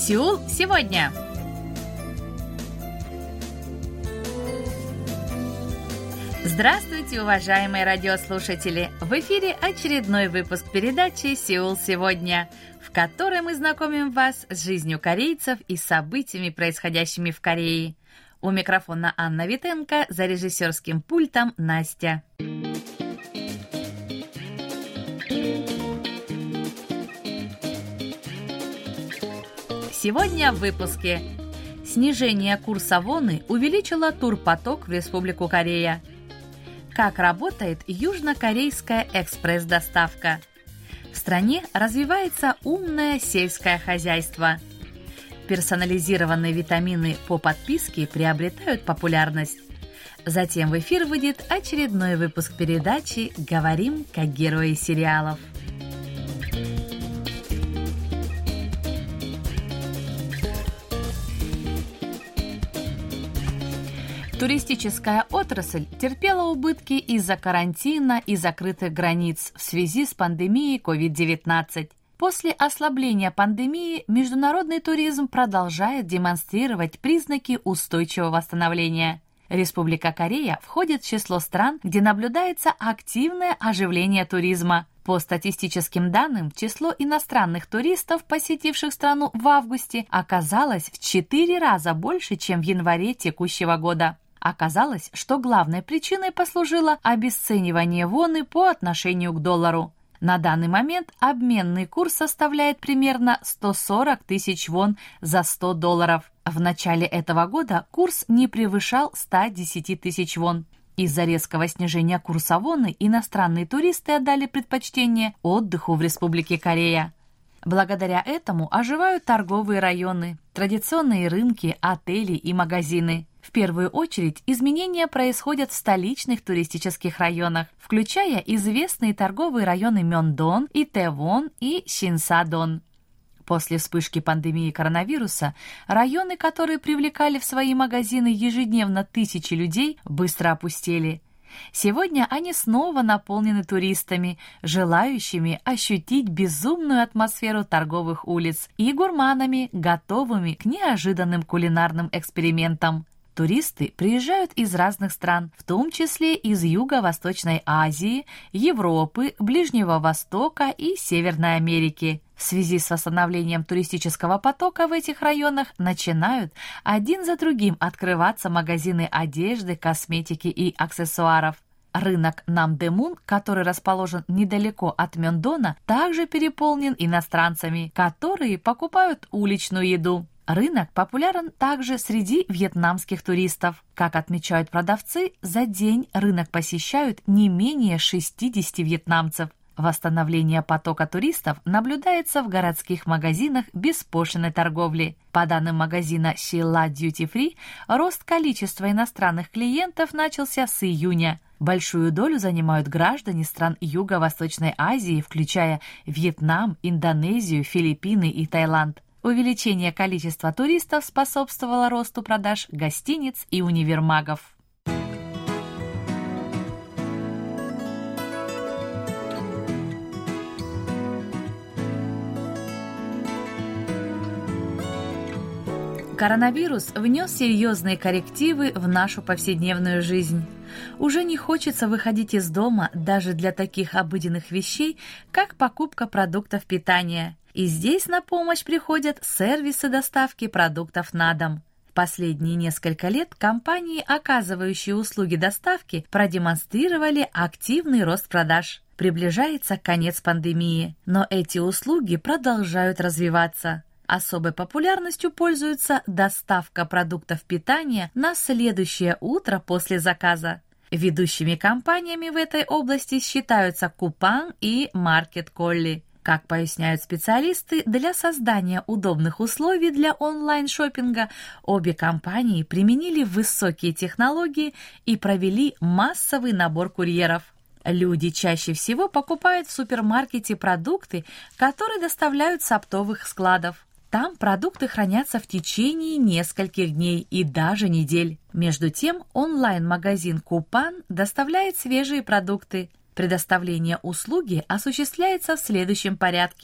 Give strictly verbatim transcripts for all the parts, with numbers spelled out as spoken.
Сеул сегодня. Здравствуйте, уважаемые радиослушатели! В эфире очередной выпуск передачи «Сеул сегодня», в которой мы знакомим вас с жизнью корейцев и событиями, происходящими в Корее. У микрофона Анна Витенко, за режиссерским пультом Настя. Сегодня в выпуске. Снижение курса воны увеличило турпоток в Республику Корея. Как работает южнокорейская экспресс-доставка? В стране развивается умное сельское хозяйство. Персонализированные витамины по подписке приобретают популярность. Затем в эфир выйдет очередной выпуск передачи «Говорим как герои сериалов». Туристическая отрасль терпела убытки из-за карантина и закрытых границ в связи с пандемией ковид девятнадцать. После ослабления пандемии международный туризм продолжает демонстрировать признаки устойчивого восстановления. Республика Корея входит в число стран, где наблюдается активное оживление туризма. По статистическим данным, число иностранных туристов, посетивших страну в августе, оказалось в четыре раза больше, чем в январе текущего года. Оказалось, что главной причиной послужило обесценивание воны по отношению к доллару. На данный момент обменный курс составляет примерно сто сорок тысяч вон за сто долларов. В начале этого года курс не превышал ста десяти тысяч вон. Из-за резкого снижения курса воны иностранные туристы отдали предпочтение отдыху в Республике Корея. Благодаря этому оживают торговые районы, традиционные рынки, отели и магазины. В первую очередь изменения происходят в столичных туристических районах, включая известные торговые районы Мёндон, Итэвон и Синсадон. После вспышки пандемии коронавируса районы, которые привлекали в свои магазины ежедневно тысячи людей, быстро опустели. Сегодня они снова наполнены туристами, желающими ощутить безумную атмосферу торговых улиц, и гурманами, готовыми к неожиданным кулинарным экспериментам. Туристы приезжают из разных стран, в том числе из Юго-Восточной Азии, Европы, Ближнего Востока и Северной Америки. В связи с восстановлением туристического потока в этих районах начинают один за другим открываться магазины одежды, косметики и аксессуаров. Рынок Намдэмун, который расположен недалеко от Мёндона, также переполнен иностранцами, которые покупают уличную еду. Рынок популярен также среди вьетнамских туристов. Как отмечают продавцы, за день рынок посещают не менее шестьдесят вьетнамцев. Восстановление потока туристов наблюдается в городских магазинах беспошлинной торговли. По данным магазина Silla Duty Free, рост количества иностранных клиентов начался с июня. Большую долю занимают граждане стран Юго-Восточной Азии, включая Вьетнам, Индонезию, Филиппины и Таиланд. Увеличение количества туристов способствовало росту продаж гостиниц и универмагов. Коронавирус внес серьезные коррективы в нашу повседневную жизнь. Уже не хочется выходить из дома даже для таких обыденных вещей, как покупка продуктов питания. И здесь на помощь приходят сервисы доставки продуктов на дом. В последние несколько лет компании, оказывающие услуги доставки, продемонстрировали активный рост продаж. Приближается конец пандемии, но эти услуги продолжают развиваться. Особой популярностью пользуется доставка продуктов питания на следующее утро после заказа. Ведущими компаниями в этой области считаются Coupang и Market Collie. Как поясняют специалисты, для создания удобных условий для онлайн-шоппинга обе компании применили высокие технологии и провели массовый набор курьеров. Люди чаще всего покупают в супермаркете продукты, которые доставляют с оптовых складов. Там продукты хранятся в течение нескольких дней и даже недель. Между тем, онлайн-магазин Coupang доставляет свежие продукты. Предоставление услуги осуществляется в следующем порядке.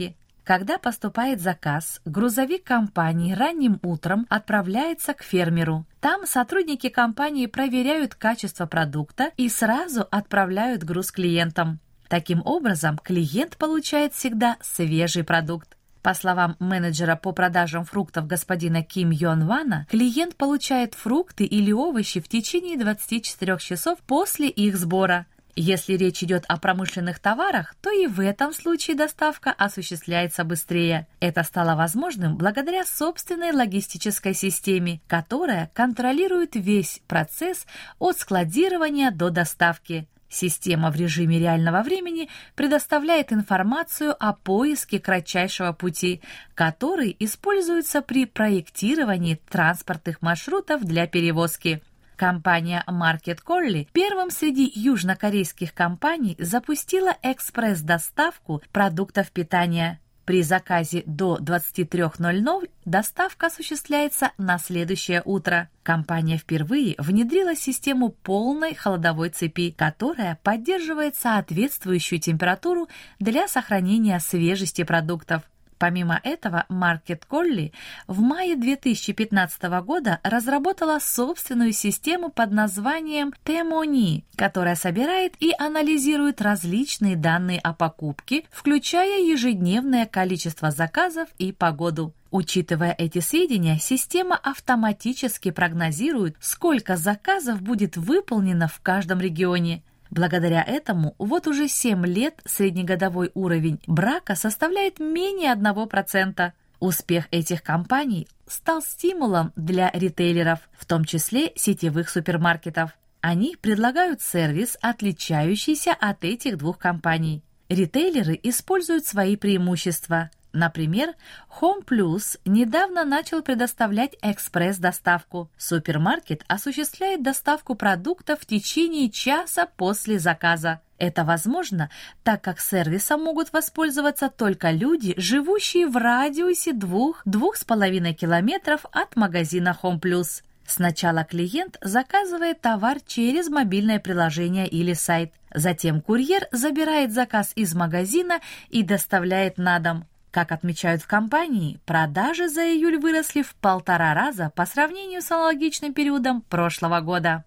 Когда поступает заказ, грузовик компании ранним утром отправляется к фермеру. Там сотрудники компании проверяют качество продукта и сразу отправляют груз клиентам. Таким образом, клиент получает всегда свежий продукт. По словам менеджера по продажам фруктов господина Ким Йон Вана, клиент получает фрукты или овощи в течение двадцати четырёх часов после их сбора. Если речь идет о промышленных товарах, то и в этом случае доставка осуществляется быстрее. Это стало возможным благодаря собственной логистической системе, которая контролирует весь процесс от складирования до доставки. Система в режиме реального времени предоставляет информацию о поиске кратчайшего пути, который используется при проектировании транспортных маршрутов для перевозки. Компания Market Corley первым среди южнокорейских компаний запустила экспресс-доставку продуктов питания. При заказе до двадцати трёх ноль-ноль доставка осуществляется на следующее утро. Компания впервые внедрила систему полной холодовой цепи, которая поддерживает соответствующую температуру для сохранения свежести продуктов. Помимо этого, Market Corley в мае две тысячи пятнадцатого года разработала собственную систему под названием Temoni, которая собирает и анализирует различные данные о покупке, включая ежедневное количество заказов и погоду. Учитывая эти сведения, система автоматически прогнозирует, сколько заказов будет выполнено в каждом регионе. Благодаря этому вот уже семь лет среднегодовой уровень брака составляет менее одного процента. Успех этих компаний стал стимулом для ритейлеров, в том числе сетевых супермаркетов. Они предлагают сервис, отличающийся от этих двух компаний. Ритейлеры используют свои преимущества. Например, Home Plus недавно начал предоставлять экспресс-доставку. Супермаркет осуществляет доставку продуктов в течение часа после заказа. Это возможно, так как сервисом могут воспользоваться только люди, живущие в радиусе двух-двух с половиной километров от магазина Home Plus. Сначала клиент заказывает товар через мобильное приложение или сайт. Затем курьер забирает заказ из магазина и доставляет на дом. Как отмечают в компании, продажи за июль выросли в полтора раза по сравнению с аналогичным периодом прошлого года.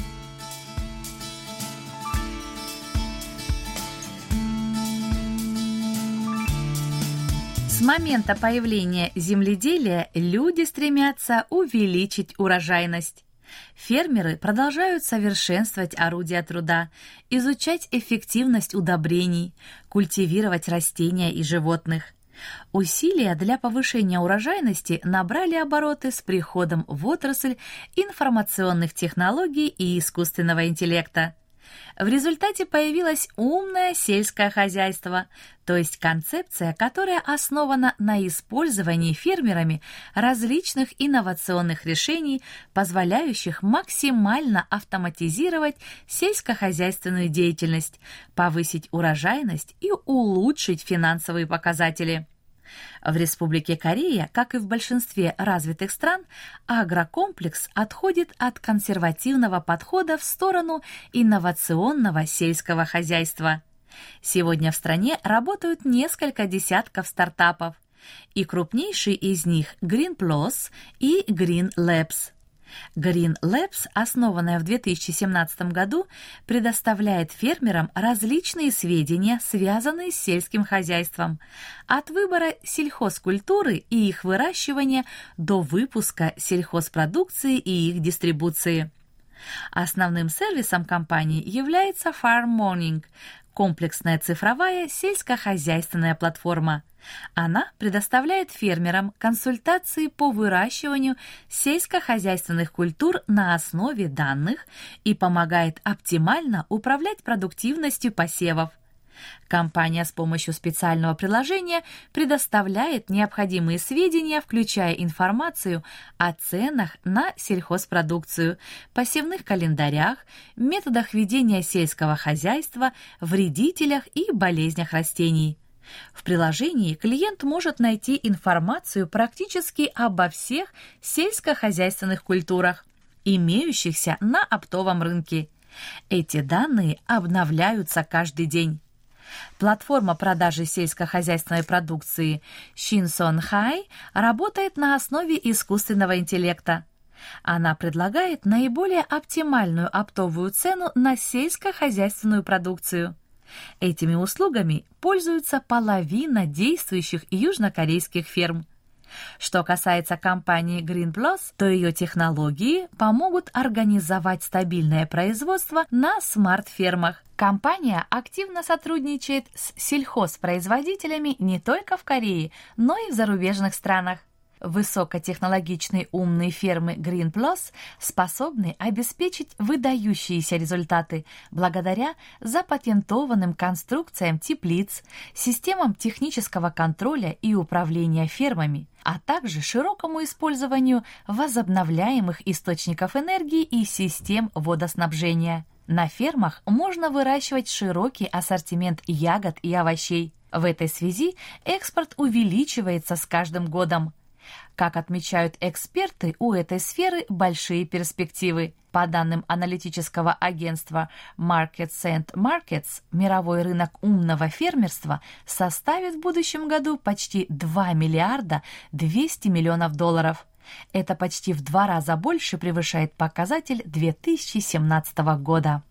С момента появления земледелия люди стремятся увеличить урожайность. Фермеры продолжают совершенствовать орудия труда, изучать эффективность удобрений, культивировать растения и животных. Усилия для повышения урожайности набрали обороты с приходом в отрасль информационных технологий и искусственного интеллекта. В результате появилось умное сельское хозяйство, то есть концепция, которая основана на использовании фермерами различных инновационных решений, позволяющих максимально автоматизировать сельскохозяйственную деятельность, повысить урожайность и улучшить финансовые показатели. В Республике Корея, как и в большинстве развитых стран, агрокомплекс отходит от консервативного подхода в сторону инновационного сельского хозяйства. Сегодня в стране работают несколько десятков стартапов, и крупнейший из них Green Plus и Green Labs. Green Labs, основанная в две тысячи семнадцатом году, предоставляет фермерам различные сведения, связанные с сельским хозяйством, от выбора сельхозкультуры и их выращивания до выпуска сельхозпродукции и их дистрибуции. Основным сервисом компании является Farm Morning – комплексная цифровая сельскохозяйственная платформа. Она предоставляет фермерам консультации по выращиванию сельскохозяйственных культур на основе данных и помогает оптимально управлять продуктивностью посевов. Компания с помощью специального приложения предоставляет необходимые сведения, включая информацию о ценах на сельхозпродукцию, посевных календарях, методах ведения сельского хозяйства, вредителях и болезнях растений. В приложении клиент может найти информацию практически обо всех сельскохозяйственных культурах, имеющихся на оптовом рынке. Эти данные обновляются каждый день. Платформа продажи сельскохозяйственной продукции Shinseonhai работает на основе искусственного интеллекта. Она предлагает наиболее оптимальную оптовую цену на сельскохозяйственную продукцию. Этими услугами пользуется половина действующих южнокорейских ферм. Что касается компании GreenPlus, то ее технологии помогут организовать стабильное производство на смарт-фермах. Компания активно сотрудничает с сельхозпроизводителями не только в Корее, но и в зарубежных странах. Высокотехнологичные умные фермы GreenPlus способны обеспечить выдающиеся результаты благодаря запатентованным конструкциям теплиц, системам технического контроля и управления фермами, а также широкому использованию возобновляемых источников энергии и систем водоснабжения. На фермах можно выращивать широкий ассортимент ягод и овощей. В этой связи экспорт увеличивается с каждым годом. Как отмечают эксперты, у этой сферы большие перспективы. По данным аналитического агентства Markets and Markets, мировой рынок умного фермерства составит в будущем году почти два миллиарда двести миллионов долларов. Это почти в два раза больше превышает показатель две тысячи семнадцатого года.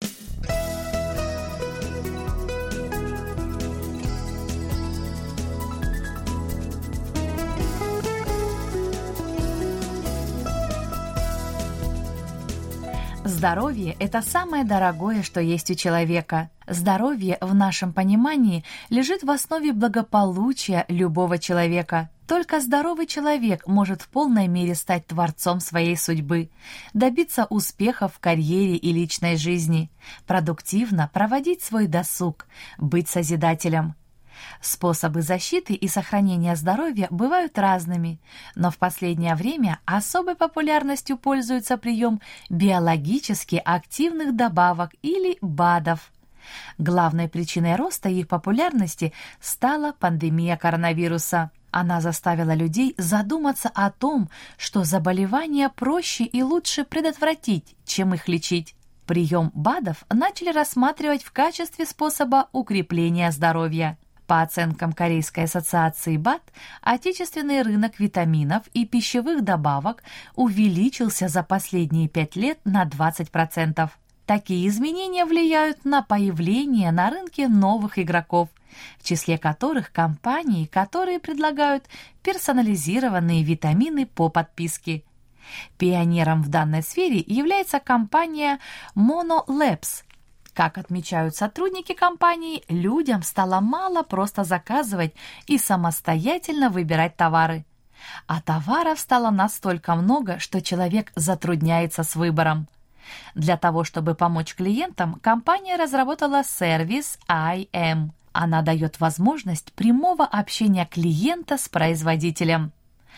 Здоровье – это самое дорогое, что есть у человека. Здоровье в нашем понимании лежит в основе благополучия любого человека. Только здоровый человек может в полной мере стать творцом своей судьбы, добиться успехов в карьере и личной жизни, продуктивно проводить свой досуг, быть созидателем. Способы защиты и сохранения здоровья бывают разными, но в последнее время особой популярностью пользуется прием биологически активных добавок или БАДов. Главной причиной роста их популярности стала пандемия коронавируса. Она заставила людей задуматься о том, что заболевания проще и лучше предотвратить, чем их лечить. Прием БАДов начали рассматривать в качестве способа укрепления здоровья. По оценкам Корейской ассоциации БАД, отечественный рынок витаминов и пищевых добавок увеличился за последние пять лет на двадцать процентов. Такие изменения влияют на появление на рынке новых игроков, в числе которых компании, которые предлагают персонализированные витамины по подписке. Пионером в данной сфере является компания Monolabs. Как отмечают сотрудники компании, людям стало мало просто заказывать и самостоятельно выбирать товары. А товаров стало настолько много, что человек затрудняется с выбором. Для того, чтобы помочь клиентам, компания разработала сервис ай эм. Она дает возможность прямого общения клиента с производителем.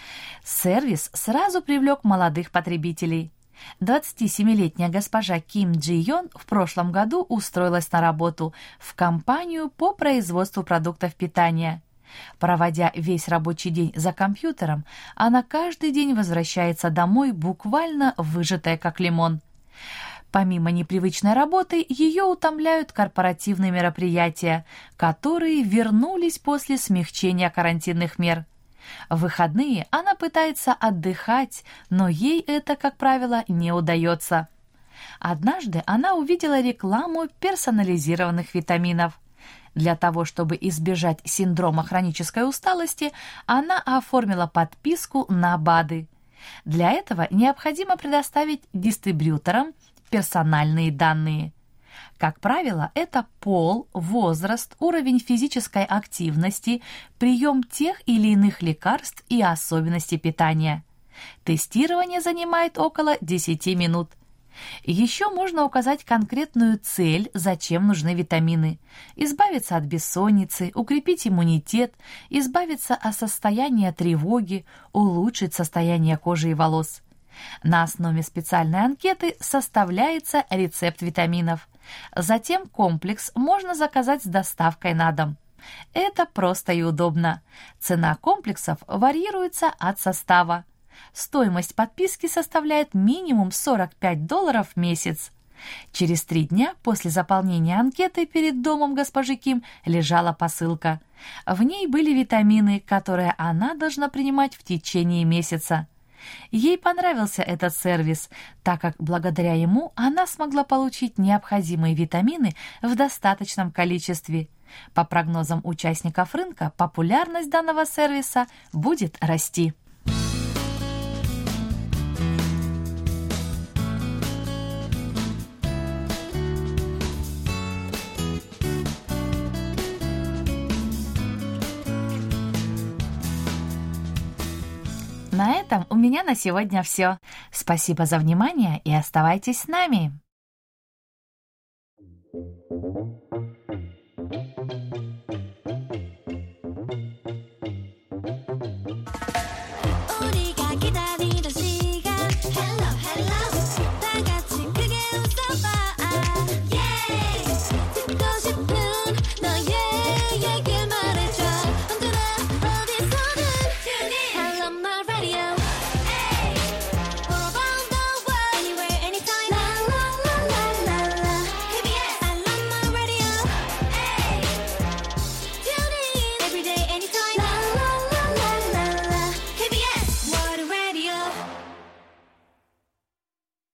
Сервис сразу привлек молодых потребителей. двадцатисемилетняя госпожа Ким Джи Йон в прошлом году устроилась на работу в компанию по производству продуктов питания. Проводя весь рабочий день за компьютером, она каждый день возвращается домой буквально выжатая как лимон. Помимо непривычной работы, ее утомляют корпоративные мероприятия, которые вернулись после смягчения карантинных мер. В выходные она пытается отдыхать, но ей это, как правило, не удается. Однажды она увидела рекламу персонализированных витаминов. Для того, чтобы избежать синдрома хронической усталости, она оформила подписку на БАДы. Для этого необходимо предоставить дистрибьюторам персональные данные. Как правило, это пол, возраст, уровень физической активности, прием тех или иных лекарств и особенности питания. Тестирование занимает около десяти минут. Еще можно указать конкретную цель, зачем нужны витамины. Избавиться от бессонницы, укрепить иммунитет, избавиться от состояния тревоги, улучшить состояние кожи и волос. На основе специальной анкеты составляется рецепт витаминов. Затем комплекс можно заказать с доставкой на дом. Это просто и удобно. Цена комплексов варьируется от состава. Стоимость подписки составляет минимум сорок пять долларов в месяц. Через три дня после заполнения анкеты перед домом госпожи Ким лежала посылка. В ней были витамины, которые она должна принимать в течение месяца. Ей понравился этот сервис, так как благодаря ему она смогла получить необходимые витамины в достаточном количестве. По прогнозам участников рынка, популярность данного сервиса будет расти. На этом у меня на сегодня все. Спасибо за внимание и оставайтесь с нами.